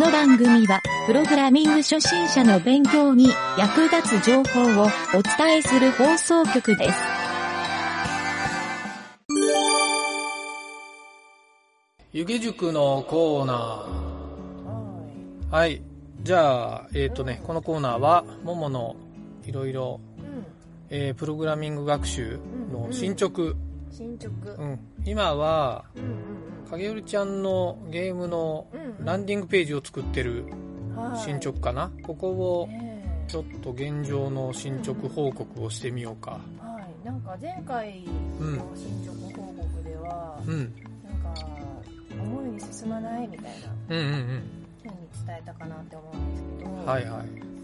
の番組は、プログラミング初心者の勉強に役立つ情報をお伝えする放送局です。 湯気塾のコーナー。はい。じゃあ、このコーナーは、もものいろいろ、プログラミング学習の進捗。今は、影織ちゃんのゲームのランディングページを作ってる進捗かな、ここをちょっと現状の進捗報告をしてみようか。 はい、なんか前回の進捗報告では、なんか思うように進まないみたいな風に伝えたかなって思うんですけど、 はいはい、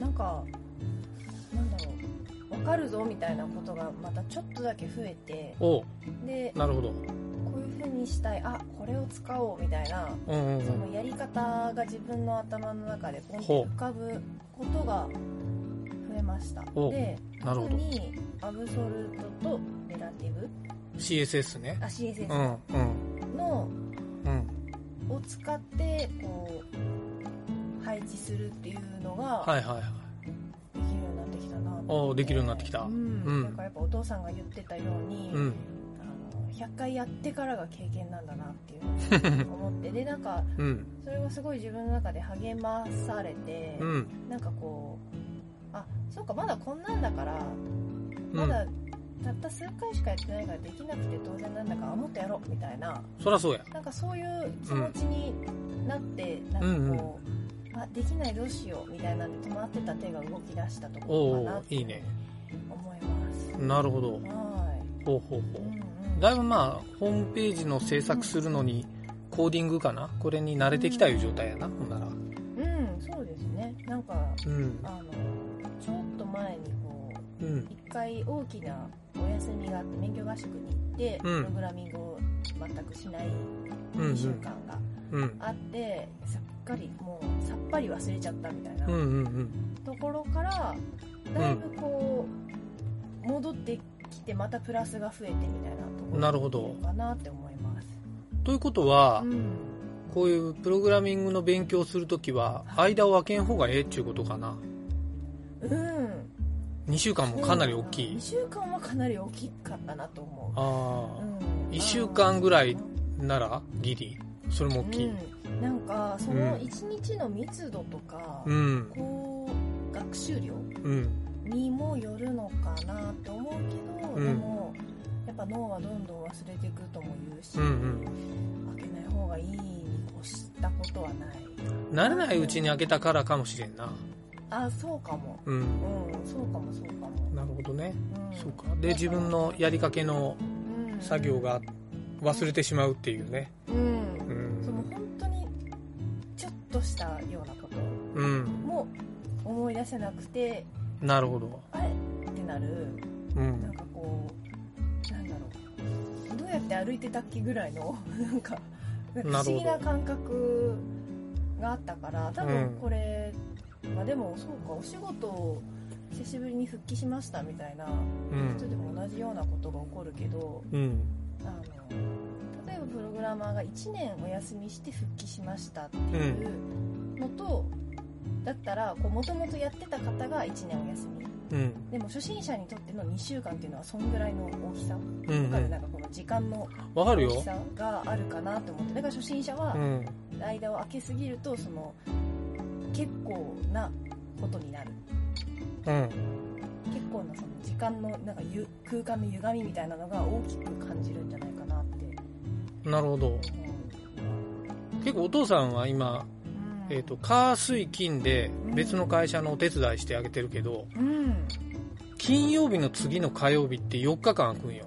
なんかなんだろう、分かるぞみたいなことがまたちょっとだけ増えて、で、なるほど、こういう風にしたい、あ、これを使おうみたいな、そのやり方が自分の頭の中でポンと浮かぶことが増えました。で、特にアブソルトとレラティブ CSS ね、 CSS の、を使ってこう配置するっていうのが、できるようになってきたな。 できるようになってきた。 なんかやっぱお父さんが言ってたように、100回やってからが経験なんだなっていうのを思ってで、なんか、それがすごい自分の中で励まされて、なんかこう、あ、そうか、まだこんなんだから、まだたった数回しかやってないからできなくて当然なんだから、もっとやろうみたいな、 そらそうや、 なんかそういう気持ちになって、なんかこう、あ、できない、どうしようみたいなんで止まってた手が動き出したところかなって思います。 なるほど。だいぶまあホームページの制作するのにコーディングかな、これに慣れてきたいう状態やな、ほんなら。 そうですね。なんか、ちょっと前にこう、一回大きなお休みがあって免許合宿に行って、プログラミングを全くしない2週間があって、さっぱり忘れちゃったみたいなところから、だいぶこう戻ってきて、またプラスが増えてみたいなところなるほどかなって思います。 ということは、こういうプログラミングの勉強するときは間を空けん方がええっていうことかな。2週間もかなり大きい。 2週間はかなり大きかったなと思う。1週間ぐらいならギリ、それも大きい。 なんかその1日の密度とか、こう学習量にもよるのかなと思うけど、でもやっぱ脳はどんどん忘れていくとも言うし、開けない方がいいに越したことはない。 慣れないうちに開けたからかもしれんな。 そうかも。そうかも。 なるほどね。そうか。で、自分のやりかけの作業が忘れてしまうっていうね。 その本当にちょっとしたようなことも思い出せなくて、 なるほど。 あれってなる。なんかこう、なんだろう。どうやって歩いてたっけぐらいのなんか不思議な感覚があったから、多分これ、でもそうか、お仕事を久しぶりに復帰しましたみたいな人でも同じようなことが起こるけど、例えばプログラマーが1年お休みして復帰しましたっていうのと、だったらもともとやってた方が1年お休み、でも初心者にとっての2週間っていうのはそんぐらいの大きさ、なんかこの時間の大きさがあるかなと思って、だから初心者は間を空けすぎるとその結構なことになる、結構なその時間のなんか空間の歪みみたいなのが大きく感じるんじゃないかなって。 なるほど。結構お父さんは今、火水金で別の会社のお手伝いしてあげてるけど、金曜日の次の火曜日って4日間空くんよ。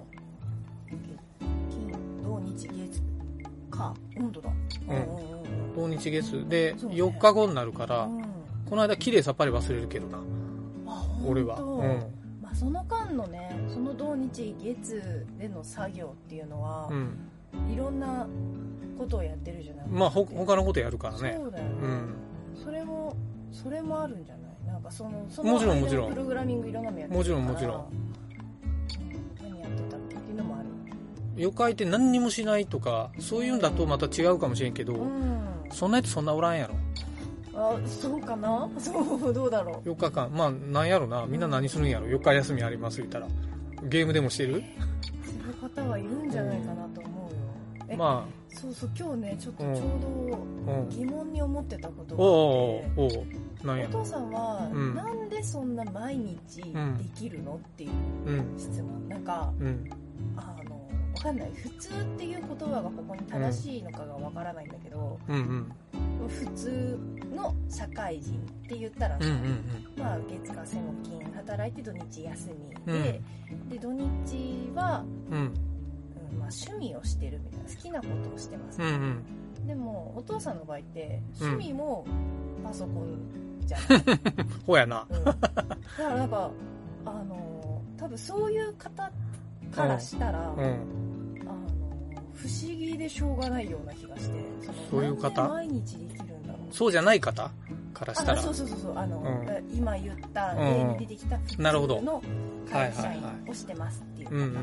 金土日月火、本当だ。 土日月で4日後になるから、この間綺麗さっぱり忘れるけどな、俺は。 その間のね、その土日月での作業っていうのは、いろんなことをやってるじゃない。 他のことやるからね。 そうだよね。それもあるんじゃない。なんかそのもちろんプログラミングいろんなのやってるから。 もちろん。 何やってたっけっていうのもある。 余計って何にもしないとか、そういうんだとまた違うかもしれんけど、そんなやつそんなおらんやろ。 あ、そうかな。そうどうだろう。 4日間まあなんやろな、みんな何するんやろ。4日休みあります言ったらゲームでもしてる？ する方はいるんじゃないかなと思うよ。 まあそう今日ねちょっとちょうど疑問に思ってたことがあって、 なんやお父さんは、なんでそんな毎日できるのっていう質問、なんか、わかんない、普通っていう言葉がここに正しいのかがわからないんだけど、普通の社会人って言ったらさ、まあ、月火水木金働いて土日休みで、で土日は、まあ、趣味をしてるみたいな、好きなことをしてます、でもお父さんの場合って趣味もパソコンじゃない、 ほやな、 だからなんか多分そういう方からしたら、不思議でしょうがないような気がして、 そういう方、 毎日できるんだろう、 そうじゃない方からしたら、 そう今言った例に出てきた普通の会社員をしてますっていう方、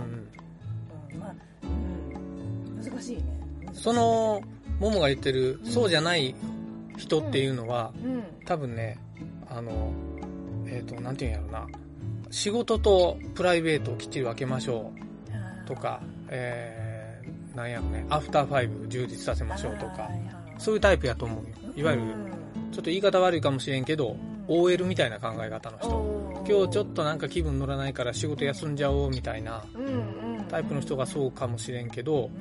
難しいね。 そのももが言ってる、そうじゃない人っていうのは、多分ね、なんていうんやろな、仕事とプライベートをきっちり分けましょうとか、なんやろね、アフターファイブ充実させましょうとか、そういうタイプやと思うよ。いわゆるちょっと言い方悪いかもしれんけど、OL みたいな考え方の人、今日ちょっとなんか気分乗らないから仕事休んじゃおうみたいなタイプの人がそうかもしれんけど、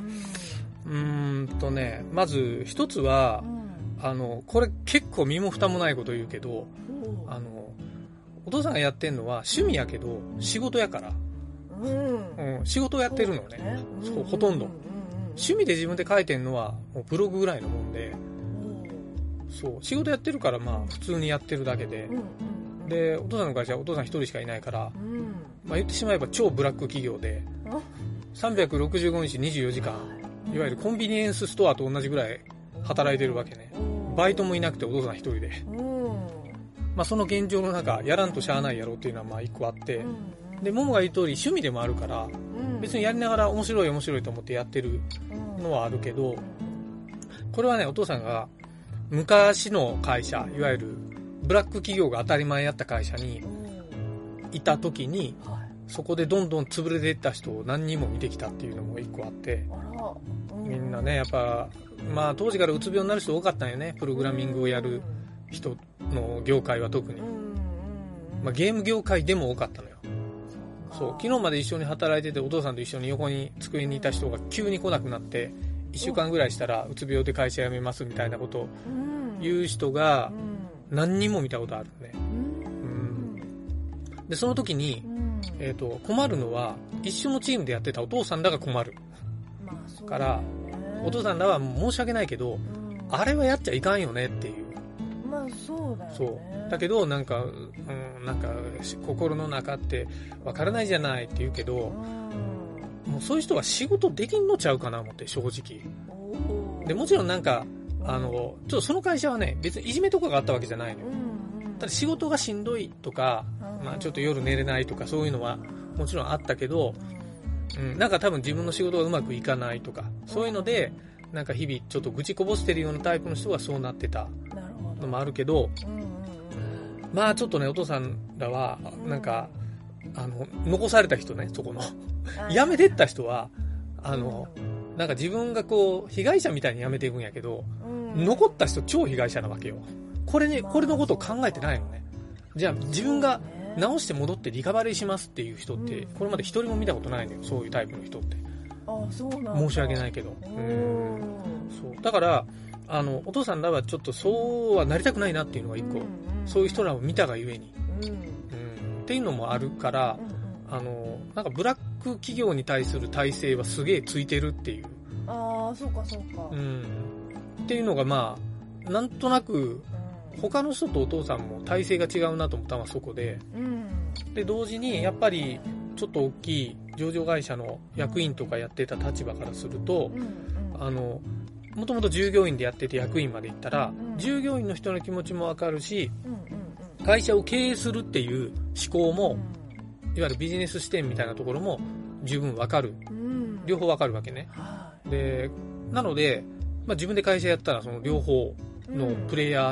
まず一つは、これ結構身も蓋もないこと言うけど、お父さんがやってんのは趣味やけど仕事やから、仕事をやってるのね、そうほとんど、趣味で自分で書いてんのはもうブログぐらいのもんで、そう仕事やってるからまあ普通にやってるだけで、でお父さんの会社はお父さん一人しかいないから、まあ、言ってしまえば超ブラック企業で365日24時間、いわゆるコンビニエンスストアと同じぐらい働いてるわけね。バイトもいなくてお父さん一人で、まあ、その現状の中やらんとしゃあないやろっていうのはまあ一個あって、でももが言う通り趣味でもあるから、別にやりながら面白いと思ってやってるのはあるけど、これはね、お父さんが昔の会社、いわゆるブラック企業が当たり前やった会社にいた時に、そこでどんどん潰れていった人を何人も見てきたっていうのも一個あって、みんなね、やっぱまあ当時からうつ病になる人多かったんよね、プログラミングをやる人の業界は特に、まあ、ゲーム業界でも多かったのよ。そう昨日まで一緒に働いてて、お父さんと一緒に横に机にいた人が急に来なくなって1週間ぐらいしたらうつ病で会社辞めますみたいなことを言う人が何人も見たことあるね。でその時に、困るのは一緒のチームでやってたお父さんらが困る、から、お父さんらは申し訳ないけど、あれはやっちゃいかんよねっていう。 まあそうだよね。 そうだけどなんか心の中ってわからないじゃないって言うけど、もうそういう人は仕事できんのちゃうかな思って、正直。でもちろんなんかちょっとその会社はね、別にいじめとかがあったわけじゃないのよ。ただ仕事がしんどいとか、まあちょっと夜寝れないとか、そういうのはもちろんあったけど、なんか多分自分の仕事がうまくいかないとか、そういうのでなんか日々ちょっと愚痴こぼしてるようなタイプの人がそうなってたのもあるけど、まあちょっとね、お父さんらはなんか残された人ね、そこの辞めてった人はなんか自分がこう被害者みたいに辞めていくんやけど、残った人超被害者なわけよ。これのことを考えてないのね。じゃあ自分が直して戻ってリカバリーしますっていう人ってこれまで一人も見たことないのよ、そういうタイプの人って。 そうなんだ。 申し訳ないけど、そうだからお父さんらはちょっとそうはなりたくないなっていうのが一個、そういう人らを見たがゆえに、っていうのもあるから、なんかブラック企業に対する体制はすげえついてるっていう。 そうか、 っていうのがまあなんとなく他の人とお父さんも体制が違うなと思ったのはそこで、で同時にやっぱりちょっと大きい上場会社の役員とかやってた立場からすると、もともと従業員でやってて役員まで行ったら、従業員の人の気持ちも分かるし、会社を経営するっていう思考も、いわゆるビジネス視点みたいなところも十分分かる、両方分かるわけね。でなので、まあ、自分で会社やったらその両方のプレイヤー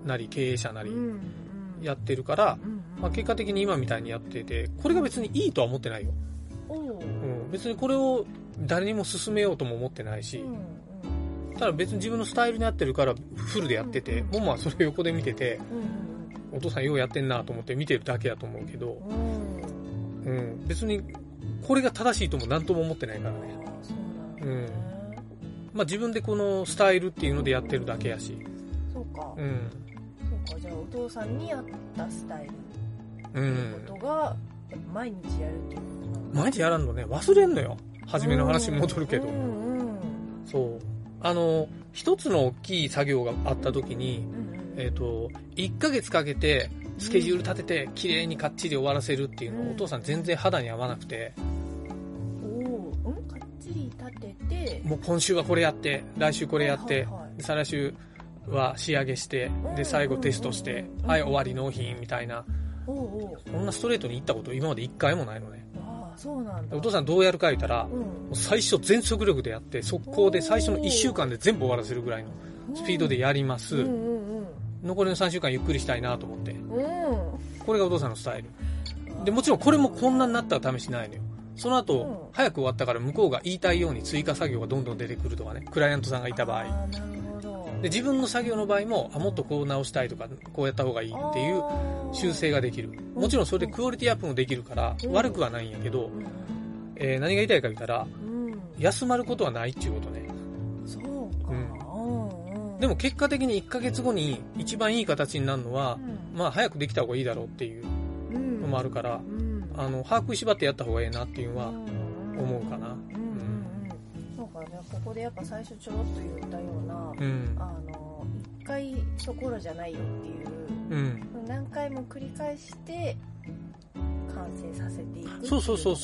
なり経営者なりやってるから、まあ、結果的に今みたいにやってて、これが別にいいとは思ってないよ。別にこれを誰にも勧めようとも思ってないし、ただ別に自分のスタイルに合ってるからフルでやってて、ももはそれを横で見てて、お父さんようやってんなと思って見てるだけやと思うけど、別にこれが正しいとも何とも思ってないからね。まあ自分でこのスタイルっていうのでやってるだけやし。 そうか。そうか、じゃあお父さんに合ったスタイルっていうことが、やっぱ毎日やるっていうことなの？ 毎日やらんのね、忘れんのよ。初めの話に戻るけど。そう。一つの大きい作業があった時に、1ヶ月かけてスケジュール立てて綺麗にかっちり終わらせるっていうのをお父さん全然肌に合わなくて、 かっちり立てて、 もう今週はこれやって、来週これやって、再来週は仕上げして、で最後テストして、はい終わり納品みたいな、こんなストレートに行ったこと今まで1回もないのね。 そうなんだ。 お父さんどうやるか言ったら、最初全速力でやって速攻で最初の1週間で全部終わらせるぐらいのスピードでやります。残りの3週間ゆっくりしたいなと思って、これがお父さんのスタイルで、もちろんこれもこんなになったら試しないのよ。その後、早く終わったから向こうが言いたいように追加作業がどんどん出てくるとかね、クライアントさんがいた場合で、自分の作業の場合ももっとこう直したいとかこうやった方がいいっていう修正ができる。もちろんそれでクオリティアップもできるから悪くはないんやけど、何が言いたいか言ったら、休まることはないっていうことね。 そうか。 でも結果的に1ヶ月後に一番いい形になるのは、まあ早くできた方がいいだろうっていうのもあるから、把握縛ってやった方がいいなっていうのは思うかな。 そうかね、ここでやっぱ最初ちょろっと言ったような、一回そこらじゃないよっていう、何回も繰り返して完成させていく。 そう。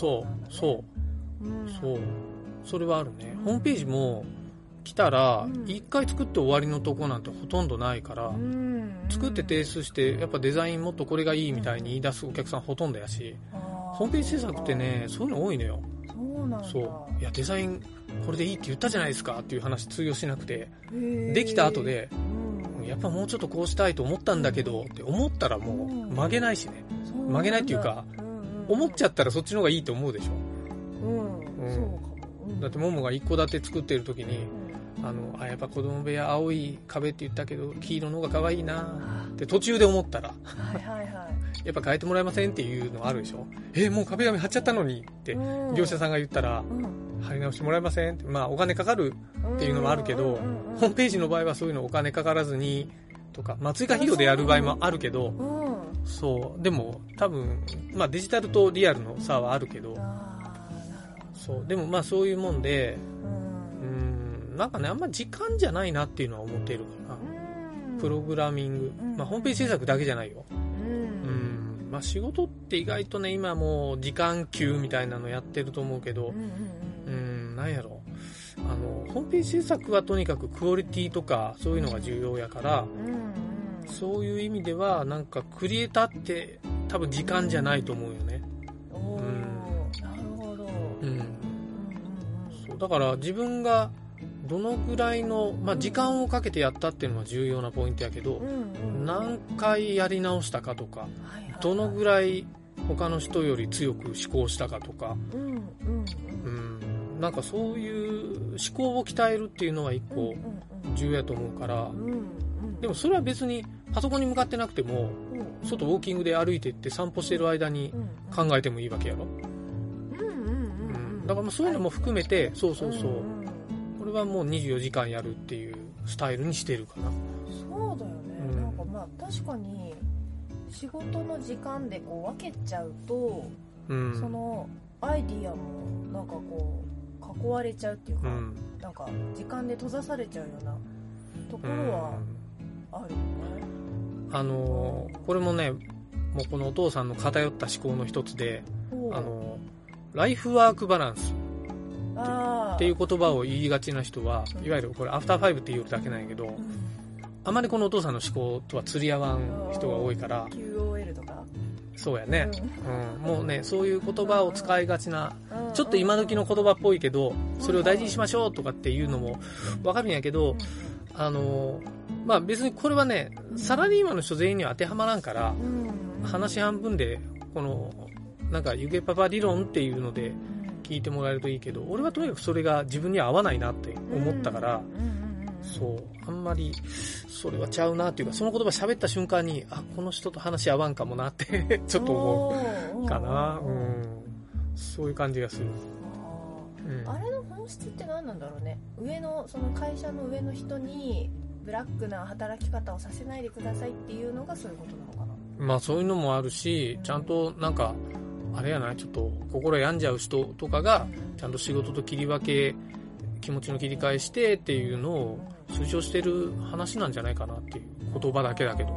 それはあるね。ホームページも来たら一回作って終わりのとこなんてほとんどないから、作って提出してやっぱデザインもっとこれがいいみたいに言い出すお客さんほとんどやし、ホームページ制作ってね、そういうの多いのよ。 そうなんだ。 いやデザインこれでいいって言ったじゃないですかっていう話通用しなくて、できた後で、やっぱもうちょっとこうしたいと思ったんだけどって思ったらもう曲げないしね。曲げないっていうか、思っちゃったらそっちの方がいいと思うでしょ。 そうかも。 だってももが一戸建て作ってる時に、やっぱ子供部屋青い壁って言ったけど黄色の方が可愛いなって途中で思ったら、やっぱ変えてもらえませんっていうのあるでしょ。もう壁紙貼っちゃったのにって業者さんが言ったら、貼り直してもらえませんって、まあお金かかるっていうのもあるけど、ホームページの場合はそういうのお金かからずにとか、まあ追加費用でやる場合もあるけど、そうでも多分まあデジタルとリアルの差はあるけど、そうでもまあそういうもんで、なんかね、あんま時間じゃないなっていうのは思っているかな。プログラミング、まあホームページ制作だけじゃないよ。まあ仕事って意外とね、今もう時間給みたいなのやってると思うけど、なんやろ、ホームページ制作はとにかくクオリティとかそういうのが重要やから、そういう意味ではなんかクリエイターって多分時間じゃないと思うよね。 なるほど。 そうだから自分がどのぐらいの、まあ、時間をかけてやったっていうのは重要なポイントやけど、何回やり直したかとか、どのぐらい他の人より強く思考したかとか、なんかそういう思考を鍛えるっていうのは一個重要やと思うから、でもそれは別にパソコンに向かってなくても、外ウォーキングで歩いてって散歩してる間に考えてもいいわけやろ。だからそういうのも含めて、そうこれはもう24時間やるっていうスタイルにしてるかな。 そうだよね。なんかまあ確かに仕事の時間でこう分けちゃうと、そのアイディアもなんかこう囲われちゃうっていうか、なんか時間で閉ざされちゃうようなところはあるよね。 これもね、もうこのお父さんの偏った思考の一つで、ライフワークバランスっていう言葉を言いがちな人は、いわゆるこれアフターファイブって言うだけなんやけど、あまりこのお父さんの思考とは釣り合わん人が多いから、 QOL とかそうやね、もうね、そういう言葉を使いがちな、ちょっと今時の言葉っぽいけど、それを大事にしましょうとかっていうのもわかるんやけど、 まあ別にこれはね、サラリーマンの人全員には当てはまらんから、話半分で、この、なんか、湯気パパ理論っていうので聞いてもらえるといいけど、俺はとにかくそれが自分には合わないなって思ったから、そう、あんまり、それはちゃうなっていうか、その言葉喋った瞬間に、あ、この人と話合わんかもなってちょっと思うかな。そういう感じがする。 あれの本質って何なんだろうね。上の、その会社の上の人に、ブラックな働き方をさせないでくださいっていうのがそういうことなのかな。 まあそういうのもあるし、ちゃんとなんか、あれやない、ちょっと心病んじゃう人とかが、ちゃんと仕事と切り分け、気持ちの切り替えしてっていうのを推奨してる話なんじゃないかなっていう言葉だけだけど。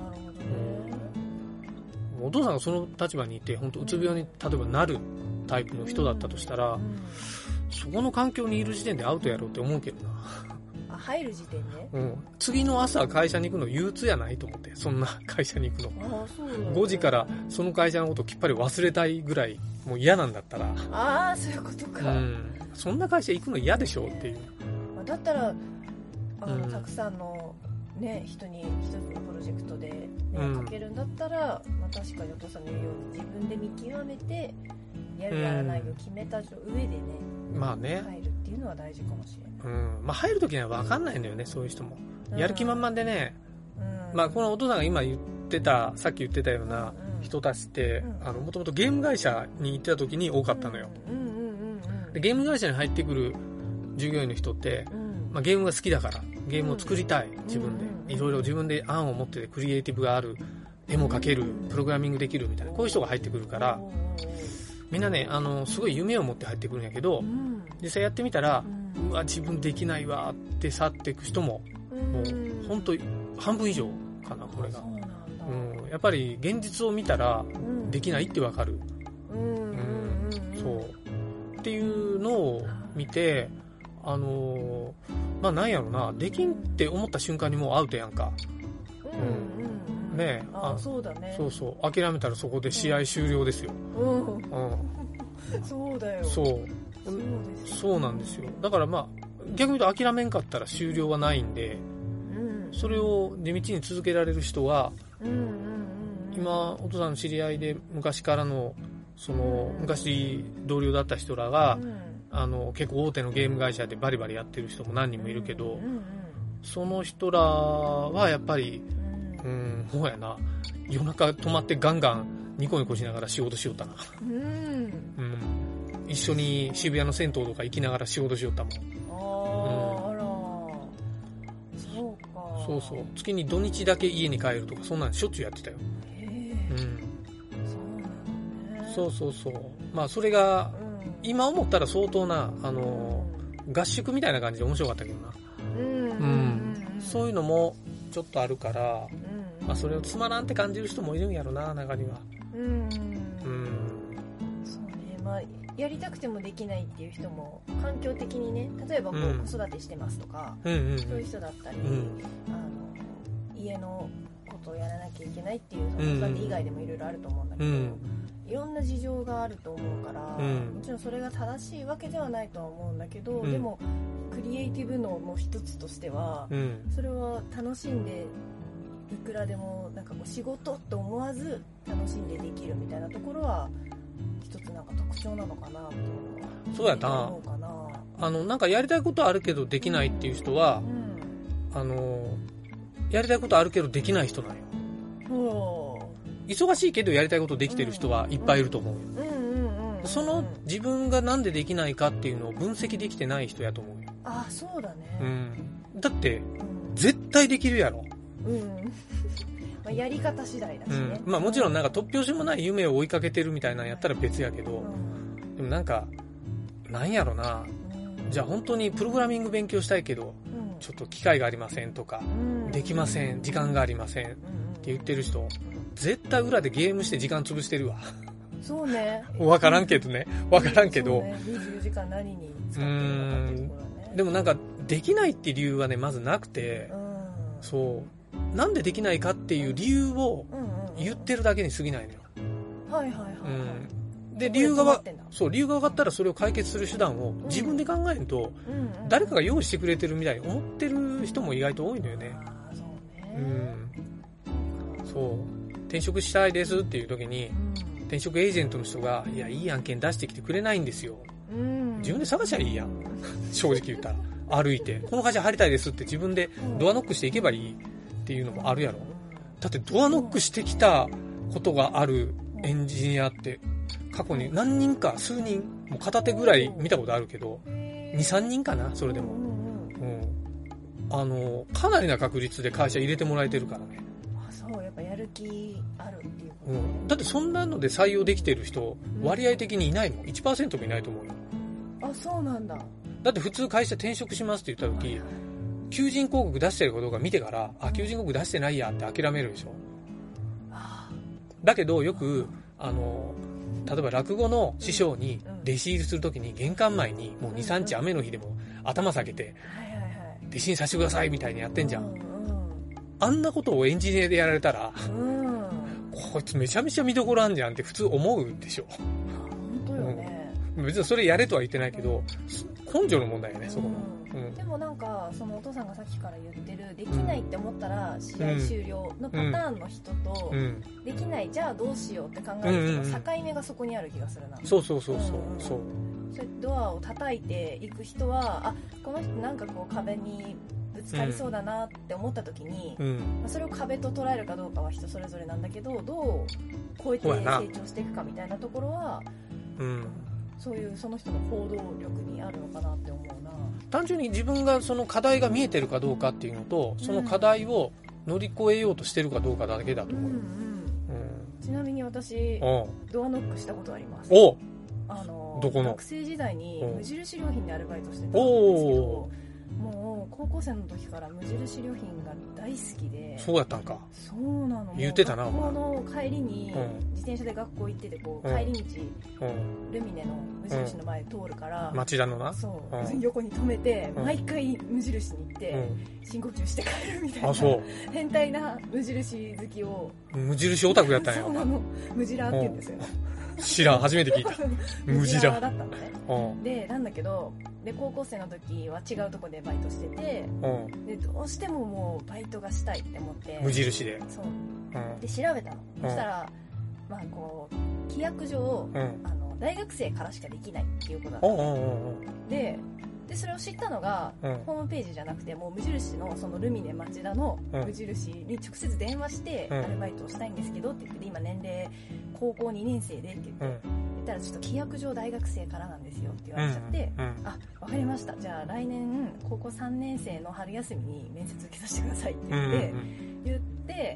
お父さんがその立場にいて、本当うつ病に例えばなるタイプの人だったとしたら、そこの環境にいる時点でアウトやろうって思うけどな。 入る時点で、 次の朝会社に行くの憂鬱やないと思って、そんな会社に行くの。5時からその会社のことをきっぱり忘れたいぐらいもう嫌なんだったら。 そういうことか。 そんな会社行くの嫌でしょっていう。 だったらたくさんの、ね、人に一つのプロジェクトで、かけるんだったら、確かにお父さんの言うように自分で見極めてやるやらないを決めた上でね、入るっていうのは大事かもしれない。 まあ入るときには分かんないんだよね、そういう人も。やる気満々でね、まあこのお父さんが今さっき言ってたような人たちって、もともとゲーム会社に行ってた時に多かったのよ。でゲーム会社に入ってくる従業員の人って、まあ、ゲームが好きだから、ゲームを作りたい、自分で。いろいろ自分で案を持ってて、クリエイティブがある、絵も描ける、プログラミングできるみたいな、こういう人が入ってくるから、みんなね、すごい夢を持って入ってくるんやけど、実際やってみたら、うわ、自分できないわって去っていく人も、もう、ほんと、半分以上かな、これが。やっぱり、現実を見たら、できないってわかる。そう。っていうのを見て、まあ、なんやろな、できんって思った瞬間にもうアウトやんか。ねえ。 そうだね。 そうそう。諦めたらそこで試合終了ですよ。 そうだよ。 そうなんですよ。だからまあ、逆に言うと諦めんかったら終了はないんで、それを地道に続けられる人は、今、お父さんの知り合いで昔からの、昔同僚だった人らが、結構大手のゲーム会社でバリバリやってる人も何人もいるけど、その人らはやっぱり、もうやな、夜中泊まってガンガンニコニコしながら仕事しよったな。一緒に渋谷の銭湯とか行きながら仕事しよったもん。 そうか。 そうそう。月に土日だけ家に帰るとか、そんなんしょっちゅうやってたよ。そうそうそう。まあそれが、今思ったら相当な、合宿みたいな感じで面白かったけどな。そういうのもちょっとあるから、まあそれをつまらんって感じる人もいるんやろな、中には。 そうね。まあやりたくてもできないっていう人も環境的にね、例えば子育てしてますとか、そういう人だったり、家のことをやらなきゃいけないっていう子育て以外でもいろいろあると思うんだけど、いろんな事情があると思うから、もちろんそれが正しいわけではないとは思うんだけど、でもクリエイティブ脳の一つとしては、それは楽しんでいくらでもなんかこう仕事と思わず楽しんでできるみたいなところは一つなんか特徴なのかなっていうのはそうやな。なんかやりたいことあるけどできないっていう人は、やりたいことあるけどできない人なんよ。忙しいけどやりたいことできてる人はいっぱいいると思う。その自分がなんでできないかっていうのを分析できてない人やと思うよ。 そうだね。 だって、絶対できるやろ。 まあやり方次第だしね。 まあもちろんなんか突拍子もない夢を追いかけてるみたいなのやったら別やけど、でもなんか、なんやろな。じゃあ本当にプログラミング勉強したいけど、ちょっと機会がありませんとか、できません、時間がありませんって言ってる人、絶対裏でゲームして時間潰してるわ。 そうね。 わからんけどね。わからんけど。 24時間何に使ってるのかっていうところね。 でもなんか、できないって理由はね、まずなくて、そう。なんでできないかっていう理由を言ってるだけに過ぎないのよ。で、理由が分かったらそれを解決する手段を自分で考えると、誰かが用意してくれてるみたいに思ってる人も意外と多いのよね。 そう転職したいですっていう時に、転職エージェントの人がいやいい案件出してきてくれないんですよ、自分で探しゃいいやん正直言ったら歩いてこの会社入りたいですって自分でドアノックしていけばいいっていうのもあるやろ。だってドアノックしてきたことがあるエンジニアって過去に何人か数人もう片手ぐらい見たことあるけど 2,3 人かなそれでも、かなりな確率で会社入れてもらえてるからね。 そうやっぱやる気あるっていうこと、 だってそんなので採用できてる人割合的にいないもん 1% もいないと思うよ。 あ、そうなんだ。 だって普通会社転職しますって言った時求人広告出してるかどうか見てから求人広告出してないやって諦めるでしょ。だけどよく例えば落語の師匠に弟子入りするときに玄関前にもう 2,3 日雨の日でも頭下げて弟子にさせてくださいみたいにやってんじゃん、あんなことをエンジニアでやられたら、こいつめちゃめちゃ見どころあんじゃんって普通思うでしょ。 本当よね、 別にそれやれとは言ってないけど根性の問題よねそこの、 でもなんかそのお父さんがさっきから言ってるできないって思ったら試合終了のパターンの人と、できないじゃあどうしようって考える人の境目がそこにある気がするな。 そうそれドアを叩いていく人はこの人なんかこう壁にぶつかりそうだなって思った時に、それを壁と捉えるかどうかは人それぞれなんだけどどう超えて成長していくかみたいなところは、そういうその人の行動力にあるのかなって思うな。 単純に自分がその課題が見えてるかどうかっていうのと、その課題を乗り越えようとしてるかどうかだけだと思う、 ちなみに私ドアノックしたことあります。 どこの学生時代に無印良品でアルバイトしてたんですけど、もう高校生の時から無印良品が大好きで。 そうやったんか。 そうなの。 言ってたな。 学校の帰りに、自転車で学校行っててこう、帰り道、ルミネの無印の前通るから、 町田のな。 そう、横に止めて、毎回無印に行って、深呼吸して帰るみたいな。変態な無印好きを。 無印オタクやったんや。 そうなの。無印って言うんですよ。 知らん、初めて聞いた。 無印だったのね。で、なんだけど、で高校生の時は違うとこでバイトしてて、でどうしてももうバイトがしたいって思って無印でで調べたの、そしたら、まあ、こう規約上、大学生からしかできないっていうことだったの、でそれを知ったのが、ホームページじゃなくてもう無印のそのルミネ町田の無印に直接電話してアルバイトをしたいんですけどって言って、今年齢高校2年生でって言ったらちょっと規約上大学生からなんですよって言われちゃって、あ、わかりました、じゃあ来年高校3年生の春休みに面接受けさせてくださいって言って、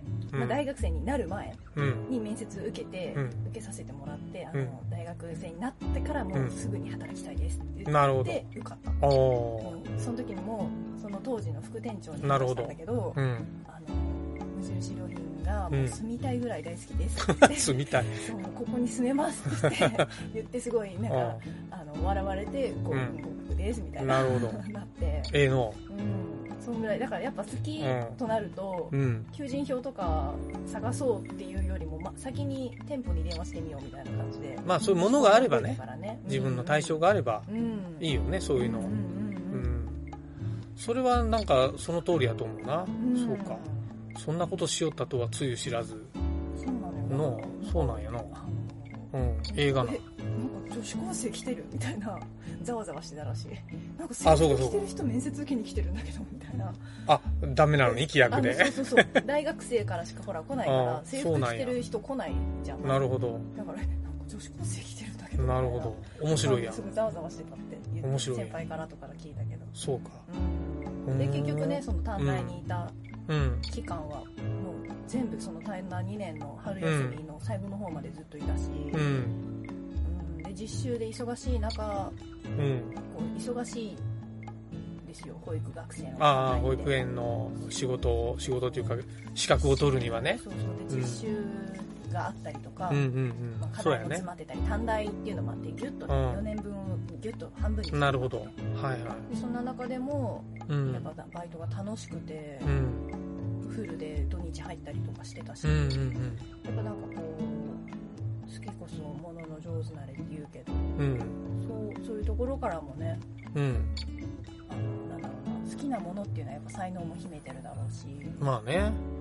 まあ、大学生になる前に面接受けて、受けさせてもらって大学生になってからもうすぐに働きたいですって言って受かった。その時にもその当時の副店長に話したんだけど、無印良品がもう住みたいぐらい大好きですって住みたいそう、ここに住めますって言ってすごいなんか笑われて合格ですみたいな、なってそんぐらいだからやっぱ好きとなると、求人票とか探そうっていうよりも、先に店舗に電話してみようみたいな感じで、 まあそういうものがあればね、自分の対象があればいいよね、そういうの。それはなんかその通りやと思うな。そうか、そんなことしよったとはつゆ知らずの、そうなんやな。映画な。 なんか女子高生来てるみたいな、ざわざわしてたらしい。なんか制服着てる人面接受けに来てるんだけどみたいな。 あ、ダメなのに規約で。 そう大学生からしかほら来ないから制服着てる人来ないじゃん。 なるほど。 だからなんか女子高生来てるんだけど。 なるほど。面白いやん。 すごいざわざわしてたって言って先輩からとか聞いたけど。 そうか。 で結局ね、その短大にいた期間はもう全部その短大2年の春休みの最後の方までずっといたし、で実習で忙しい中、こう忙しいですよ、保育学生の。 保育園の仕事というか資格を取るにはね。 そうで実習があったりとか、課題も詰まってたり、短大っていうのもあってギュッと4年分をギュッと半分にして、 なるほど、でそんな中でも、やっぱバイトが楽しくて、フルで土日入ったりとかしてたし、やっぱなんかこう好きこそものの上手なれって言うけど、そういうところからもね、なんだろうな、好きなものっていうのはやっぱ才能も秘めてるだろうし、 まあね、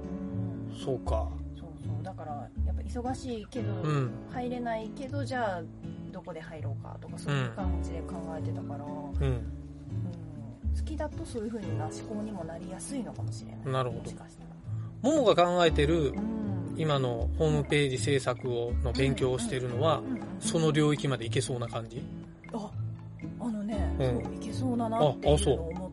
そうか。 そうだからやっぱ忙しいけど、入れないけどじゃあどこで入ろうかとかそういう感じで考えてたから、好きだとそういう風な思考にもなりやすいのかもしれない。 なるほど。 もしかしたらももが考えてる、今のホームページ制作の勉強をしてるのは、その領域までいけそうな感じ？ そういけそうだなっていうのを思って、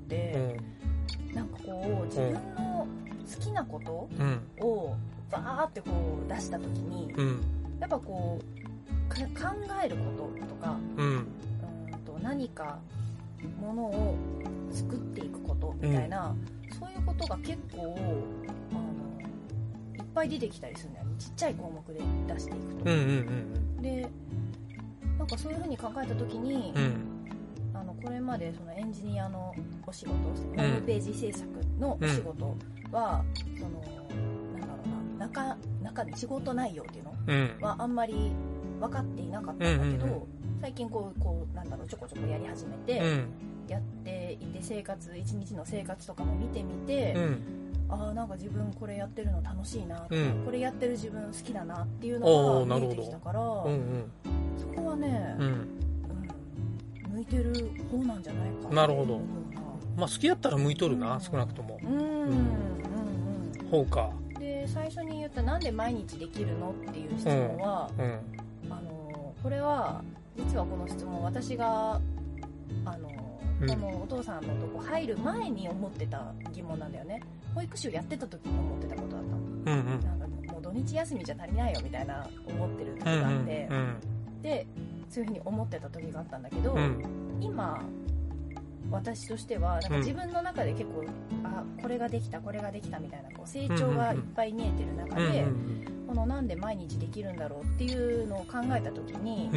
なんかこう自分の好きなことをバーってこう出した時に、やっぱこう考えることとか、何かものを作っていくことみたいな、そういうことが結構いっぱい出てきたりするんだよね。ちっちゃい項目で出していくと、でなんかそういう風に考えた時に、これまでそのエンジニアのお仕事、ホームページ制作のお仕事は、そのなんだろうな、中身仕事内容っていうのはあんまり分かっていなかったんだけど、最近こうなんだろう、ちょこちょこやり始めて、やっていて、一日の生活とかも見てみて、なんか自分これやってるの楽しいなとか、これやってる自分好きだなっていうのが見えてきたから、そこはね、向いてる方なんじゃないかな。 なるほど。まあ好きやったら向いとるな、少なくとも。ほうか。 で最初に言ったなんで毎日できるのっていう質問は、これは実はこの質問私がこのお父さんのとこ入る前に思ってた疑問なんだよね。保育士をやってた時に思ってたことだったの。なんかもう土日休みじゃ足りないよみたいな思ってる時があって、でそういうふうに思ってた時があったんだけど、今私としてはなんか自分の中で結構これができたこれができたみたいなこう成長がいっぱい見えてる中で、このなんで毎日できるんだろうっていうのを考えた時に、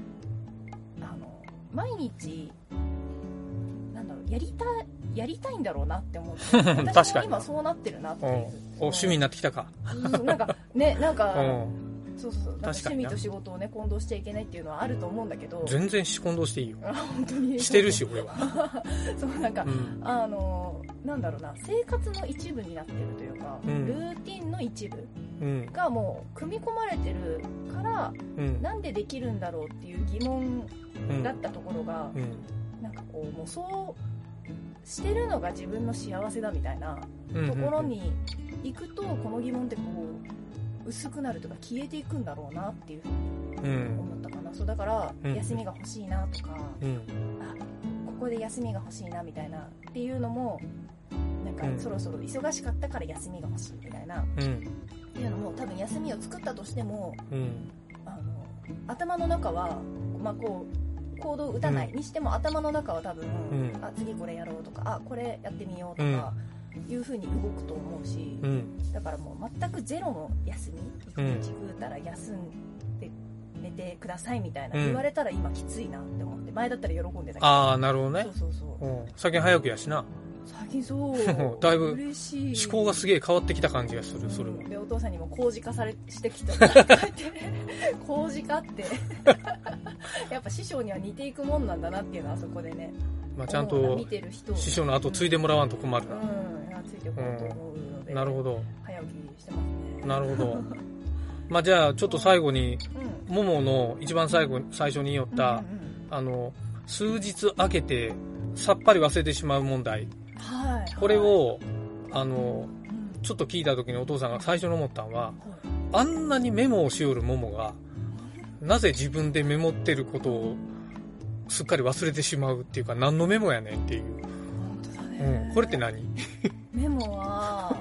毎日なんだろう、やりたいんだろうなって思って私も今そうなってるなっていう、 趣味になってきたか。 なんかね、なんかそう趣味と仕事をね混同しちゃいけないっていうのはあると思うんだけど、 全然混同していいよ。 本当にしてるし俺は。 そうなんか、なんだろうな、生活の一部になってるというか、ルーティンの一部がもう組み込まれてるから、なんでできるんだろうっていう疑問だったところが、なんかこうもうそうしてるのが自分の幸せだみたいなところに行くと、この疑問ってこう薄くなるとか消えていくんだろうなっていうふうに思ったかな。そうだから休みが欲しいなとか、ここで休みが欲しいなみたいなっていうのも、なんかそろそろ忙しかったから休みが欲しいみたいな、っていうのも多分休みを作ったとしても、頭の中はこう行動を打たないにしても、頭の中は多分、次これやろうとか、これやってみようとか、いう風に動くと思うし、だからもう全くゼロの休み、1日食うたら休んで寝てくださいみたいな言われたら今きついなって思って、前だったら喜んでたけど。 なるほどね。 そう最近早起きやしな。 最近そうだいぶ嬉しい。 思考がすげえ変わってきた感じがする。それはでお父さんにも麹化してきた麹化ってやっぱ師匠には似ていくもんなんだなっていうのはそこでね、 ちゃんと師匠の後継いでもらわんと困るな。 ついてこうと思うので、 なるほど、 早起きしてますね。 なるほど。じゃあちょっと最後に、ももの一番最初に言った、数日空けてさっぱり忘れてしまう問題、これをちょっと聞いた時にお父さんが最初に思ったのは、あんなにメモをしよるももがなぜ自分でメモってることをすっかり忘れてしまうっていうか、何のメモやねんっていう。 本当だね。 これって何？ メモは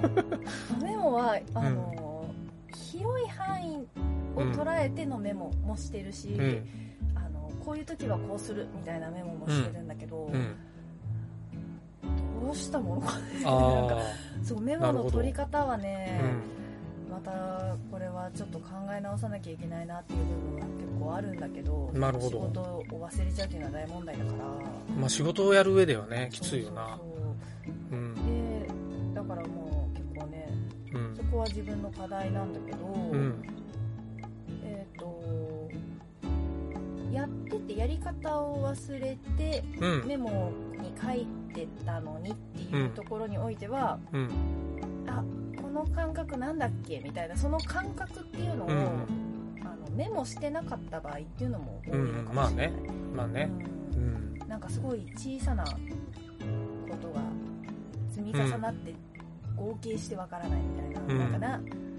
広い範囲を捉えてのメモもしてるし、こういう時はこうするみたいなメモもしてるんだけど、どうしたものかね。なんかそう、メモの取り方はね、またこれはちょっと考え直さなきゃいけないなっていう部分は結構あるんだけど、 なるほど。 仕事を忘れちゃうっていうのは大問題だから、 仕事をやる上ではねきついよな。 でだからもう結構ね、そこは自分の課題なんだけど、やっててやり方を忘れて、メモに書いてたのにっていうところにおいては、この感覚なんだっけみたいな、その感覚っていうのを、メモしてなかった場合っていうのも多いのかもしれない。 まあね、 なんかすごい小さなことが積み重なって合計してわからないみたいな、なんかな、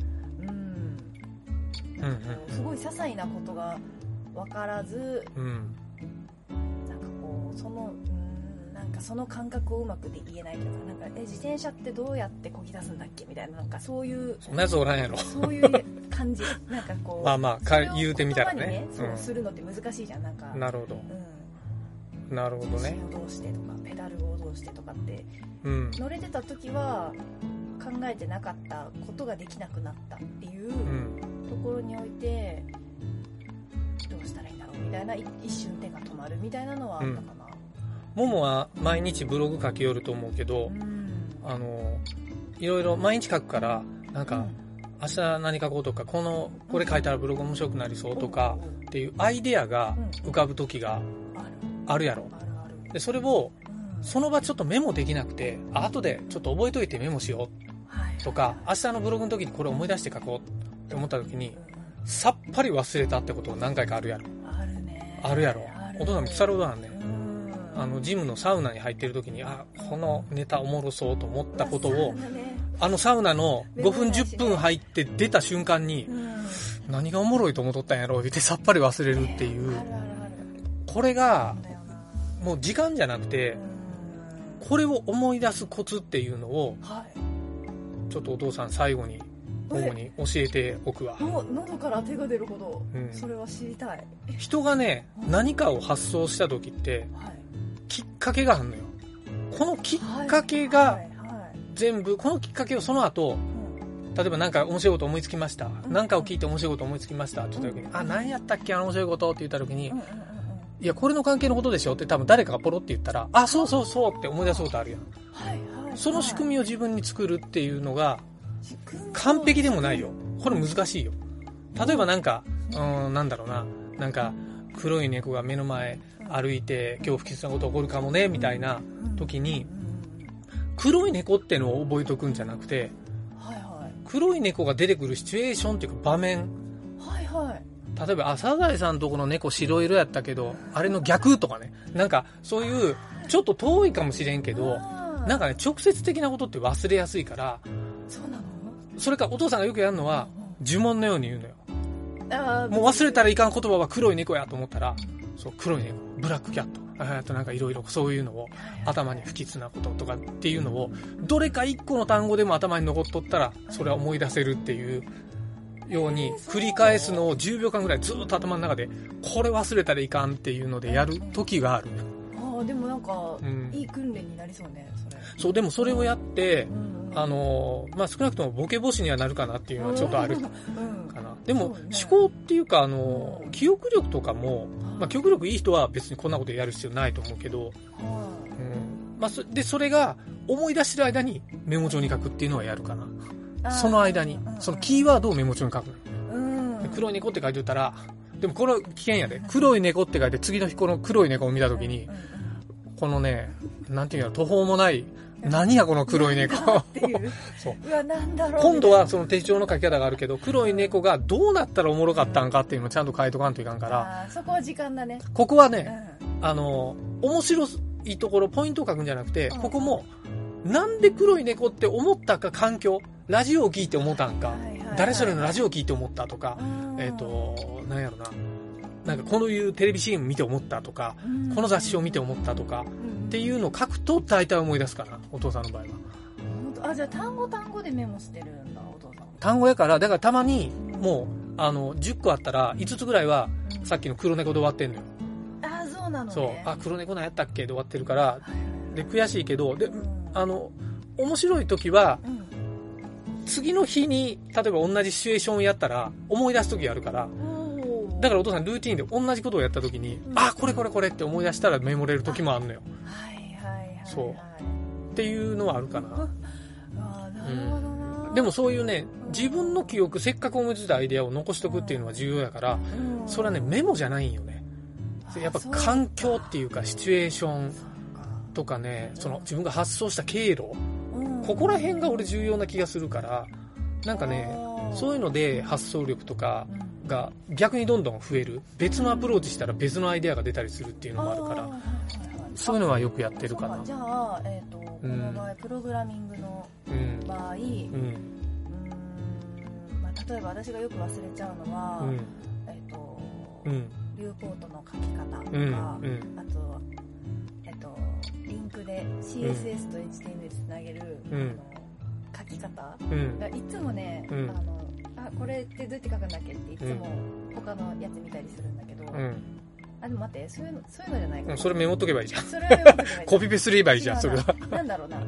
なんかこうすごい些細なことがわからず、なんかこうなんかその感覚をうまくで言えないというか、なんか自転車ってどうやってこぎ出すんだっけみたいな、なんかそういうそんなやつおらんやろ。 そういう感じ、なんかこうまあ言うてみたらね、 そうするのって難しいじゃん、なんか。 なるほど。なるほどね。 どうしてとかペダルをどうしてとかって、乗れてた時は考えてなかったことができなくなったっていうところにおいて、どうしたらいいんだろうみたいな、一瞬手が止まるみたいなのはあったかな。 ももは毎日ブログ書きよると思うけど、いろいろ毎日書くから、なんか、明日何書こうとか、これ書いたらブログ面白くなりそうとかっていうアイデアが浮かぶ時があるやろ。でそれをその場ちょっとメモできなくて、後でちょっと覚えといてメモしようとか、明日のブログの時にこれ思い出して書こうって思った時に、さっぱり忘れたってこと何回かあるやろ。あるやろ。お父さんも腐るほどなんで、ジムのサウナに入ってる時に、このネタおもろそうと思ったことを、サウナの5分10分入って出た瞬間に、何がおもろいと思っとったんやろうってさっぱり忘れるっていう、これがもう時間じゃなくて、これを思い出すコツっていうのを、ちょっとお父さん最後に主に教えておくわ。 喉から手が出るほど、それは知りたい。 人がね、何かを発想した時って、きっかけがあるのよ。このきっかけが全部、このきっかけをその後、例えばなんか面白いこと思いつきました。なんかを聞いて面白いこと思いつきましたって言った時に、何やったっけ面白いことって言った時に、いやこれの関係のことでしょって多分誰かがポロって言ったら、そうそうそうって思い出すことあるやん。その仕組みを自分に作るっていうのが完璧でもないよ。これ難しいよ。例えばなんか、なんだろうな、なんか黒い猫が目の前歩いて恐怖不吉なこと起こるかもねみたいな時に、黒い猫ってのを覚えとくんじゃなくて、黒い猫が出てくるシチュエーションっていうか場面、例えばサザエさんとこの猫白色やったけどあれの逆とかね、なんかそういうちょっと遠いかもしれんけど、なんかね直接的なことって忘れやすいから。 そうなの？ それかお父さんがよくやるのは呪文のように言うのよ。もう忘れたらいかん言葉は黒い猫やと思ったら、そう黒い猫、ブラックキャット、あとなんかいろいろそういうのを頭に不吉なこととかっていうのをどれか一個の単語でも頭に残っとったらそれは思い出せるっていうように繰り返すのを10秒間ぐらいずっと頭の中で、これ忘れたらいかんっていうのでやる時がある。 でもなんか、いい訓練になりそうね、それ。 そう、でもそれをやって、少なくともボケ防止にはなるかなっていうのはちょっとあるかな。でも、思考っていうか、記憶力とかも、記憶力いい人は別にこんなことやる必要ないと思うけど、で、それが思い出してる間にメモ帳に書くっていうのはやるかな。その間に、そのキーワードをメモ帳に書くの。黒い猫って書いておったら、でもこれ危険やで。黒い猫って書いて次の日この黒い猫を見たときに、このね、なんていうの、途方もない、何やこの黒い猫っていう。そう。 なんだろう。 今度はその手帳の書き方があるけど、黒い猫がどうなったらおもろかったんかっていうのをちゃんと書いとかんといかんから。 そこは時間だね。 ここはね、面白いところ、ポイントを書くんじゃなくて、ここも、なんで黒い猫って思ったか環境、ラジオを聞いて思ったんか、誰それのラジオを聞いて思ったとか、なんやろな。なんかこういうテレビ CM 見て思ったとか、この雑誌を見て思ったとか、っていうのを書くと大体思い出すかな、お父さんの場合は。 じゃあ単語でメモしてるんだ、お父さん。 単語やから、だからたまに、もう、10個あったら、5つぐらいは、さっきの黒猫で終わってんのよ。 そうなのね。 そう。黒猫なんやったっけで終わってるから、で、悔しいけど、で、面白い時は、次の日に、例えば同じシチュエーションをやったら、思い出す時があるから、だからお父さんルーティーンで同じことをやった時に、これって思い出したらメモれる時もあるのよ。そうっていうのはあるかな。 なるほどな。 でもそういうね、自分の記憶、せっかく思いついたアイデアを残しとくっていうのは重要だから、それはね、メモじゃないんよね。やっぱ環境っていうかシチュエーションとかね、その自分が発想した経路、ここら辺が俺重要な気がするから、 なんかね、そういうので発想力とかが逆にどんどん増える。別のアプローチしたら別のアイデアが出たりするっていうのもあるから、そういうのはよくやってるかな。 じゃあ、この場合、プログラミングの場合、まあ、例えば私がよく忘れちゃうのは、ビューポートの書き方とか、あと、リンクで CSS と HTML つなげる、書き方がいつもね、これってどうやって書くんだっけっていつも他のやつ見たりするんだけど、でも待って、そういうのじゃないかな。 それメモっとけばいいじゃん。 それはメモっとけばいいじゃん。 コピペすればいいじゃん、それは。 なんだろうな、や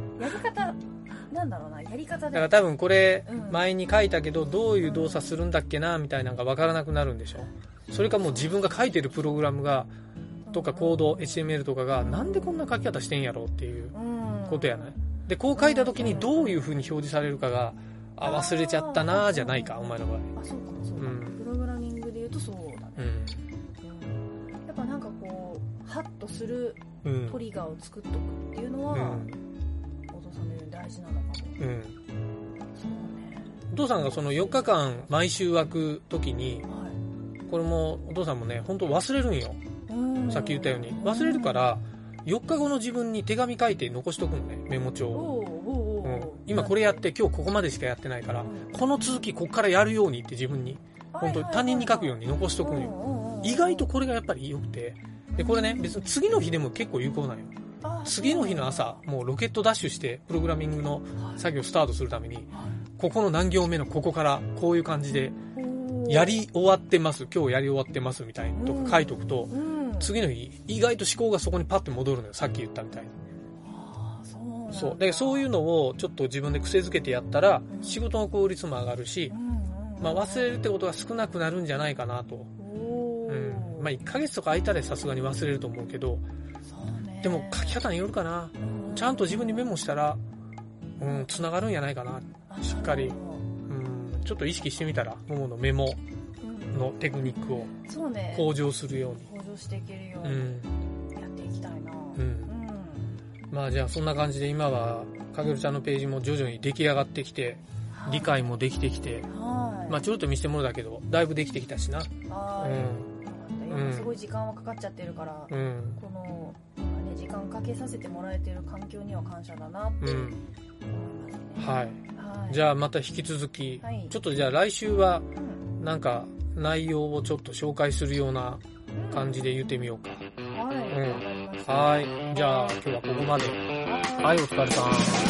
り方で。 だから多分これ、前に書いたけど、どういう動作するんだっけな、みたいなのが分からなくなるんでしょ。それかもう自分が書いてるプログラムが、とかコード、HTML とかが、なんでこんな書き方してんやろうっていうことやない。で、こう書いた時にどういう風に表示されるかが、忘れちゃったな、じゃないか、お前の場合。 そうか、そうか。プログラミングで言うとそうだね。やっぱなんかこう、ハッとするトリガーを作っとくっていうのは、お父さんのように大事なのかも。そうね。 お父さんがその4日間毎週湧く時に、これもお父さんもね、本当忘れるんよ。さっき言ったように。忘れるから、4日後の自分に手紙書いて残しとくのね、メモ帳を。今これやって今日ここまでしかやってないから、この続きこっからやるようにって自分に、本当に他人に書くように残しとくんよ。意外とこれがやっぱり良くて、でこれね、別に次の日でも結構有効なんよ。次の日の朝、もうロケットダッシュしてプログラミングの作業スタートするために、ここの何行目のここからこういう感じでやり終わってます、今日やり終わってますみたいなとか書いとくと、次の日意外と思考がそこにパッて戻るのよ、さっき言ったみたいに。そうで、そういうのをちょっと自分で癖づけてやったら仕事の効率も上がるし、忘れるってことが少なくなるんじゃないかなと。1ヶ月とか空いたらさすがに忘れると思うけど、でも書き方によるかな。ちゃんと自分にメモしたら繋がるんじゃないかな。しっかりちょっと意識してみたら、もものメモのテクニックを向上するように、 向上していけるようにやっていきたいな。 まあじゃあそんな感じで今はかげるちゃんのページも徐々に出来上がってきて、理解もできてきて、ちょろっと見せてもらったけどだいぶできてきたしな。 今すごい時間はかかっちゃってるから、この今ね、時間かけさせてもらえてる環境には感謝だなって思いますね。 じゃあまた引き続き、ちょっとじゃあ来週はなんか内容をちょっと紹介するような感じで言ってみようか。はい。じゃあ今日はここまで。はい、お疲れさん。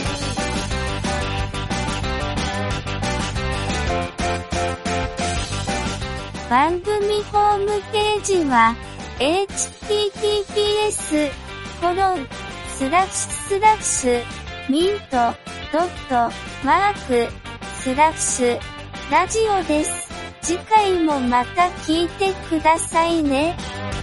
番組ホームページは https://mint.work/ラジオです。次回もまた聞いてくださいね。